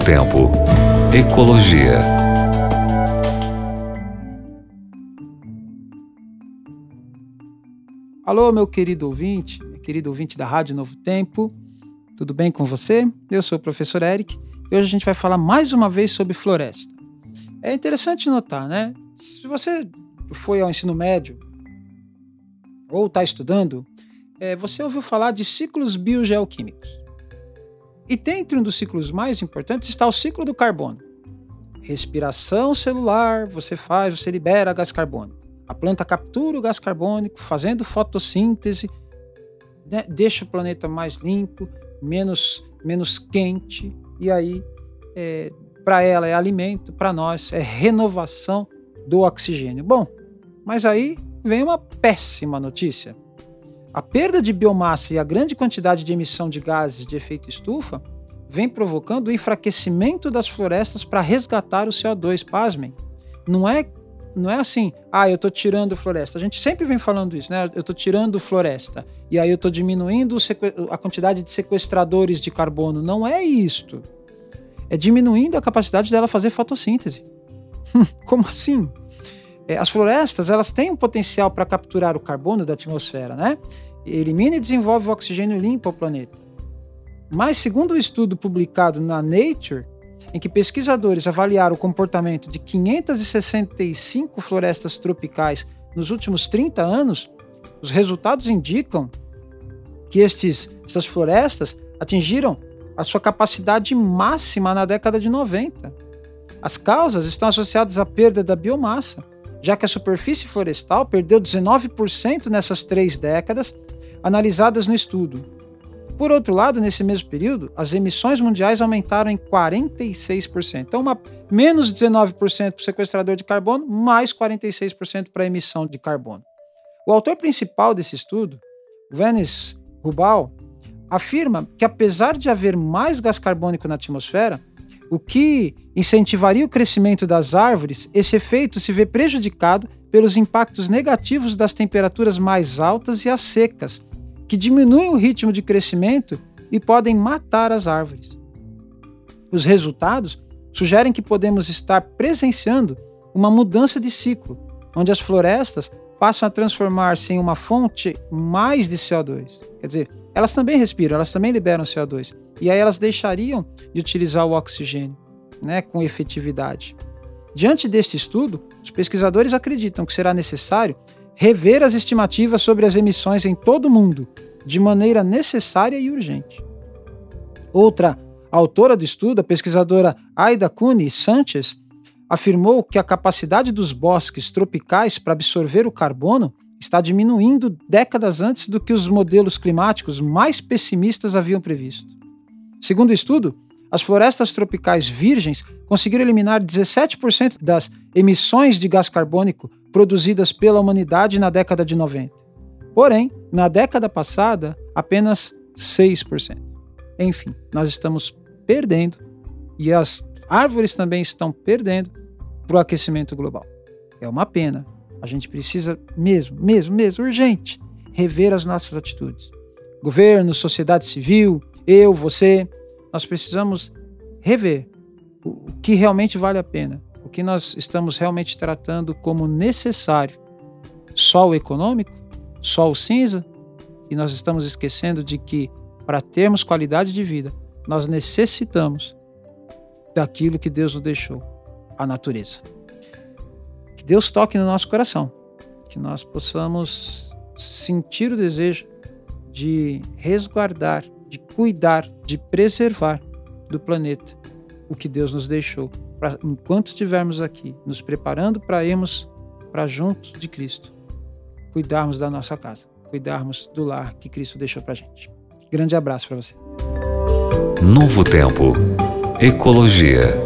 Tempo. Ecologia. Alô, meu querido ouvinte da Rádio Novo Tempo, tudo bem com você? Eu sou o professor Eric e hoje a gente vai falar mais uma vez sobre floresta. É interessante notar, né? Se você foi ao ensino médio ou está estudando, você ouviu falar de ciclos biogeoquímicos. E dentro dos ciclos mais importantes está o ciclo do carbono. Respiração celular, você libera gás carbônico. A planta captura o gás carbônico, fazendo fotossíntese, né, deixa o planeta mais limpo, menos quente, e aí para ela é alimento, para nós é renovação do oxigênio. Bom, mas aí vem uma péssima notícia. A perda de biomassa e a grande quantidade de emissão de gases de efeito estufa vem provocando o enfraquecimento das florestas para resgatar o CO2, pasmem. Não é assim, eu estou tirando floresta. A gente sempre vem falando isso, né? Eu estou tirando floresta e aí eu estou diminuindo a quantidade de sequestradores de carbono. Não é isto. É diminuindo a capacidade dela fazer fotossíntese. Como assim? As florestas, elas têm um potencial para capturar o carbono da atmosfera, né? Elimina e desenvolve o oxigênio limpo ao planeta. Mas, segundo um estudo publicado na Nature, em que pesquisadores avaliaram o comportamento de 565 florestas tropicais nos últimos 30 anos, os resultados indicam que essas florestas atingiram a sua capacidade máxima na década de 90. As causas estão associadas à perda da biomassa, já que a superfície florestal perdeu 19% nessas 3 décadas analisadas no estudo. Por outro lado, nesse mesmo período, as emissões mundiais aumentaram em 46%. Então, menos 19% para o sequestrador de carbono, mais 46% para a emissão de carbono. O autor principal desse estudo, Vannes Rubal, afirma que apesar de haver mais gás carbônico na atmosfera, o que incentivaria o crescimento das árvores, esse efeito se vê prejudicado pelos impactos negativos das temperaturas mais altas e as secas, que diminuem o ritmo de crescimento e podem matar as árvores. Os resultados sugerem que podemos estar presenciando uma mudança de ciclo, onde as florestas passam a transformar-se em uma fonte mais de CO2. Quer dizer, elas também respiram, elas também liberam CO2. E aí elas deixariam de utilizar o oxigênio, né, com efetividade. Diante deste estudo, os pesquisadores acreditam que será necessário rever as estimativas sobre as emissões em todo o mundo, de maneira necessária e urgente. Outra autora do estudo, a pesquisadora Aida Cunha Sanchez, afirmou que a capacidade dos bosques tropicais para absorver o carbono está diminuindo décadas antes do que os modelos climáticos mais pessimistas haviam previsto. Segundo o estudo, as florestas tropicais virgens conseguiram eliminar 17% das emissões de gás carbônico produzidas pela humanidade na década de 90. Porém, na década passada, apenas 6%. Enfim, nós estamos perdendo e as árvores também estão perdendo para o aquecimento global. É uma pena. A gente precisa mesmo, urgente, rever as nossas atitudes. Governo, sociedade civil, eu, você, nós precisamos rever o que realmente vale a pena, o que nós estamos realmente tratando como necessário. Só o econômico? Só o cinza? E nós estamos esquecendo de que, para termos qualidade de vida, nós necessitamos daquilo que Deus nos deixou, a natureza. Que Deus toque no nosso coração, que nós possamos sentir o desejo de resguardar, de cuidar, de preservar do planeta o que Deus nos deixou, enquanto estivermos aqui, nos preparando para irmos para junto de Cristo, cuidarmos da nossa casa, cuidarmos do lar que Cristo deixou para a gente. Grande abraço para você. Novo Tempo. Ecologia.